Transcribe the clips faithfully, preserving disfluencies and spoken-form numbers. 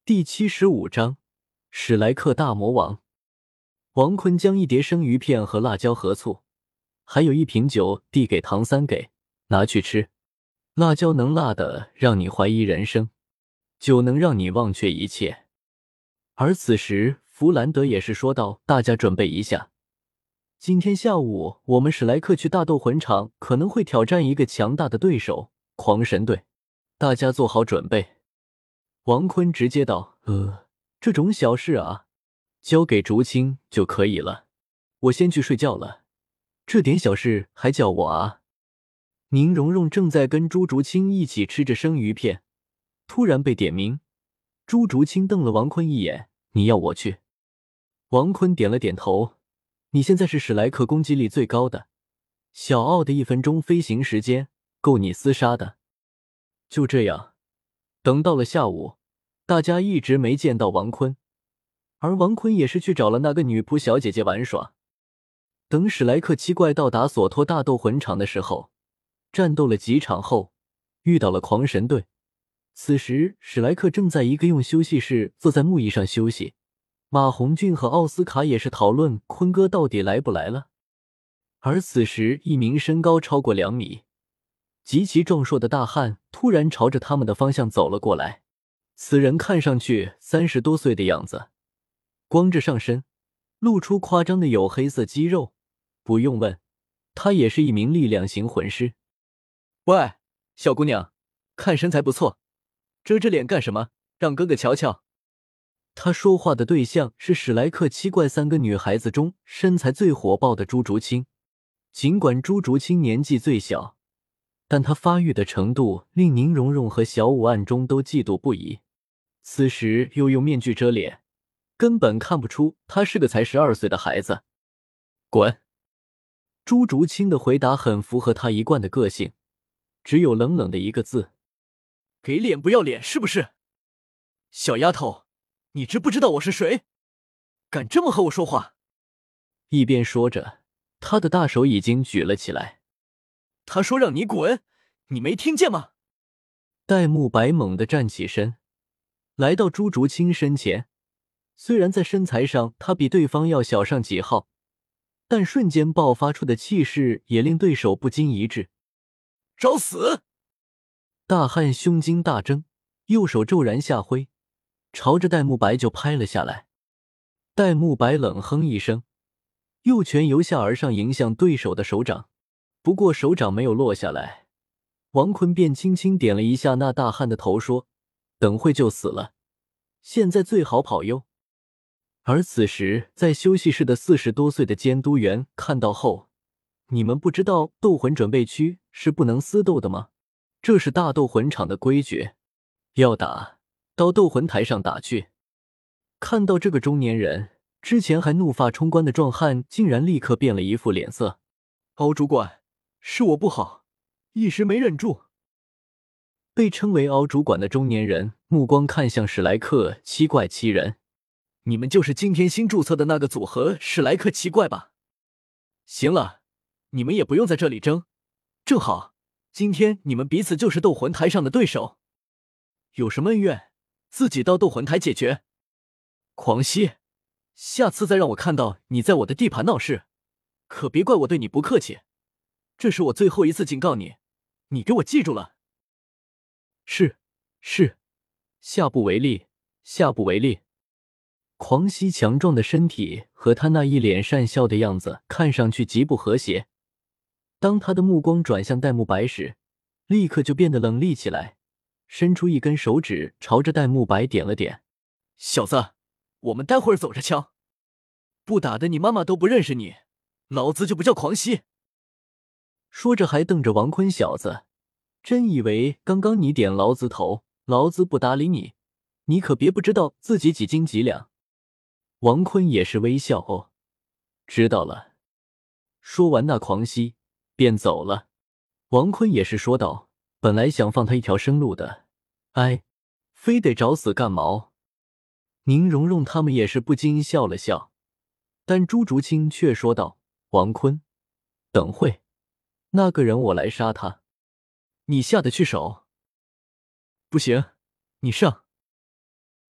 第七十五章史莱克大魔王。王坤将一碟生鱼片和辣椒和醋，还有一瓶酒递给唐三给，拿去吃。辣椒能辣的让你怀疑人生，酒能让你忘却一切。而此时弗兰德也是说道，大家准备一下，今天下午我们史莱克去大斗魂场可能会挑战一个强大的对手——狂神队，大家做好准备。王坤直接道，呃，这种小事啊，交给竹青就可以了，我先去睡觉了，这点小事还叫我啊？宁荣荣正在跟朱竹清一起吃着生鱼片，突然被点名。朱竹清瞪了王坤一眼，你要我去？王坤点了点头，你现在是史莱克攻击力最高的，小奥的一分钟飞行时间够你厮杀的。就这样，等到了下午，大家一直没见到王坤，而王坤也是去找了那个女仆小姐姐玩耍。等史莱克七怪到达索托大斗魂场的时候，战斗了几场后，遇到了狂神队。此时史莱克正在一个用休息室坐在木椅上休息，马红俊和奥斯卡也是讨论坤哥到底来不来了。而此时一名身高超过两米极其壮硕的大汉突然朝着他们的方向走了过来。此人看上去三十多岁的样子，光着上身，露出夸张的黝黑色肌肉，不用问，他也是一名力量型魂师。喂，小姑娘，看身材不错，遮着脸干什么？让哥哥瞧瞧。他说话的对象是史莱克七怪三个女孩子中身材最火爆的朱竹清。尽管朱竹清年纪最小，但她发育的程度令宁荣荣和小五暗中都嫉妒不已。此时又用面具遮脸，根本看不出她是个才十二岁的孩子。滚！朱竹清的回答很符合她一贯的个性，只有冷冷的一个字：给脸不要脸是不是？小丫头，你知不知道我是谁？敢这么和我说话？一边说着，他的大手已经举了起来。他说让你滚，你没听见吗？戴沐白猛地站起身，来到朱竹清身前。虽然在身材上他比对方要小上几号，但瞬间爆发出的气势也令对手不禁一滞。找死！大汉胸襟大睁，右手骤然下挥，朝着戴沐白就拍了下来。戴沐白冷哼一声，右拳由下而上迎向对手的手掌，不过手掌没有落下来，王坤便轻轻点了一下那大汉的头，说：等会就死了，现在最好跑哟。而此时在休息室的四十多岁的监督员看到后，你们不知道斗魂准备区是不能私斗的吗？这是大斗魂场的规矩，要打到斗魂台上打去。看到这个中年人，之前还怒发冲冠的壮汉竟然立刻变了一副脸色。敖主管，是我不好，一时没忍住。被称为敖主管的中年人目光看向史莱克七怪七人，你们就是今天新注册的那个组合史莱克七怪吧？行了，你们也不用在这里争，正好今天你们彼此就是斗魂台上的对手，有什么恩怨自己到斗魂台解决。狂熙，下次再让我看到你在我的地盘闹事，可别怪我对你不客气，这是我最后一次警告你，你给我记住了。是，是，下不为例，下不为例。狂熙强壮的身体和他那一脸善笑的样子看上去极不和谐，当他的目光转向戴沐白时，立刻就变得冷厉起来，伸出一根手指朝着戴沐白点了点。小子，我们待会儿走着瞧，不打的你妈妈都不认识你，老子就不叫狂熙。说着还瞪着王坤小子，真以为刚刚你点老子头，老子不搭理你，你可别不知道自己几斤几两。王坤也是微笑，哦，知道了。说完那狂熙便走了。王坤也是说道，本来想放他一条生路的，哎，非得找死干毛。宁荣荣他们也是不禁笑了笑，但朱竹清却说道，王坤，等会那个人我来杀他，你下得去手？不行，你上。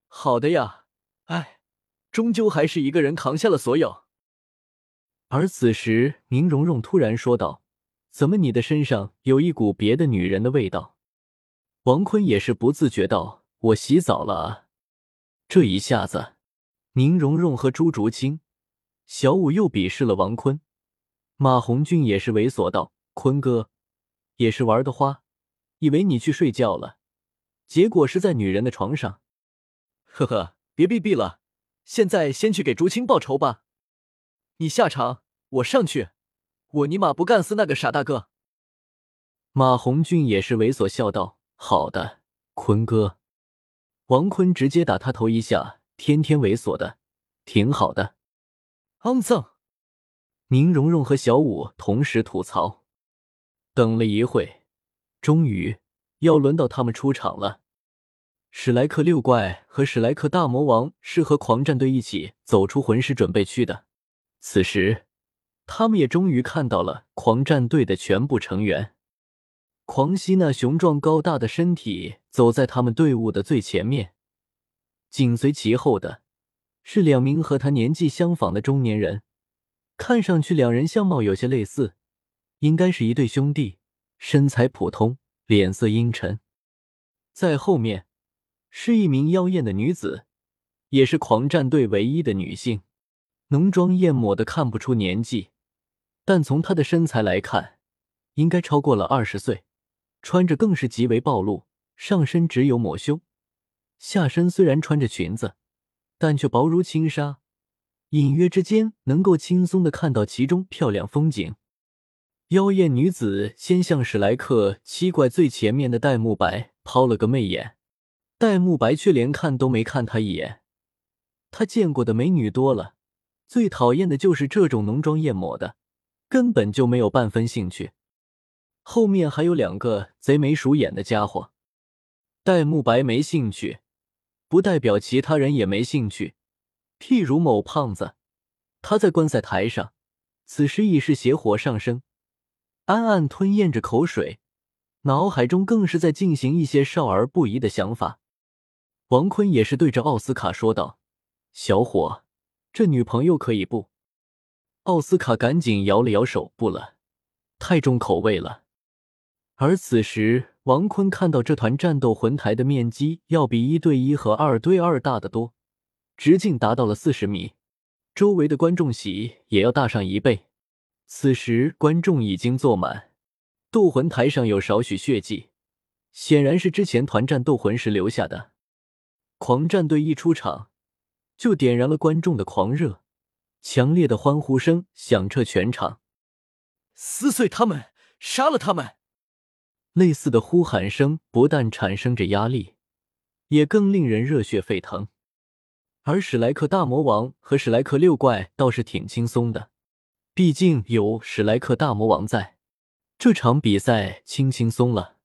好的呀，哎，终究还是一个人扛下了所有。 而此时，宁荣荣突然说道：“怎么你的身上有一股别的女人的味道？”王坤也是不自觉道：“我洗澡了啊。”这一下子，宁荣荣和朱竹清、小舞又鄙视了王坤，马红俊也是猥琐道：“坤哥，也是玩的花，以为你去睡觉了，结果是在女人的床上。” 呵呵，别逼逼了，现在先去给竹青报仇吧。你下场，我上去，我尼玛不干死那个傻大个。 马红俊也是猥琐笑道：“好的，坤哥。”王坤直接打他头一下，天天猥琐的，挺好的。 肮脏！ 宁荣荣和小舞同时吐槽。等了一会，终于要轮到他们出场了。史莱克六怪和史莱克大魔王是和狂战队一起走出魂师准备区的。此时，他们也终于看到了狂战队的全部成员。狂熙那雄壮高大的身体走在他们队伍的最前面，紧随其后的是两名和他年纪相仿的中年人，看上去两人相貌有些类似，应该是一对兄弟，身材普通，脸色阴沉。在后面是一名妖艳的女子，也是狂战队唯一的女性，浓妆艳抹的看不出年纪，但从她的身材来看，应该超过了二十岁，穿着更是极为暴露，上身只有抹胸，下身虽然穿着裙子，但却薄如轻纱，隐约之间能够轻松地看到其中漂亮风景。妖艳女子先向史莱克七怪最前面的戴沐白抛了个媚眼，戴沐白却连看都没看她一眼。他见过的美女多了，最讨厌的就是这种浓妆艳抹的，根本就没有半分兴趣。后面还有两个贼眉鼠眼的家伙，戴沐白没兴趣，不代表其他人也没兴趣。譬如某胖子，他在观赛台上，此时已是邪火上升，暗暗吞咽着口水，脑海中更是在进行一些少儿不宜的想法。王坤也是对着奥斯卡说道：“小伙，这女朋友可以不？”奥斯卡赶紧摇了摇手：“不了，太重口味了。”而此时，王坤看到这团战斗魂台的面积要比一对一和二对二大得多，直径达到了四十米，周围的观众席也要大上一倍。此时观众已经坐满，斗魂台上有少许血迹，显然是之前团战斗魂时留下的。狂战队一出场，就点燃了观众的狂热，强烈的欢呼声响彻全场。 撕碎他们，杀了他们！ 类似的呼喊声不但产生着压力，也更令人热血沸腾。而史莱克大魔王和史莱克六怪倒是挺轻松的，毕竟有史莱克大魔王在，这场比赛轻轻松了。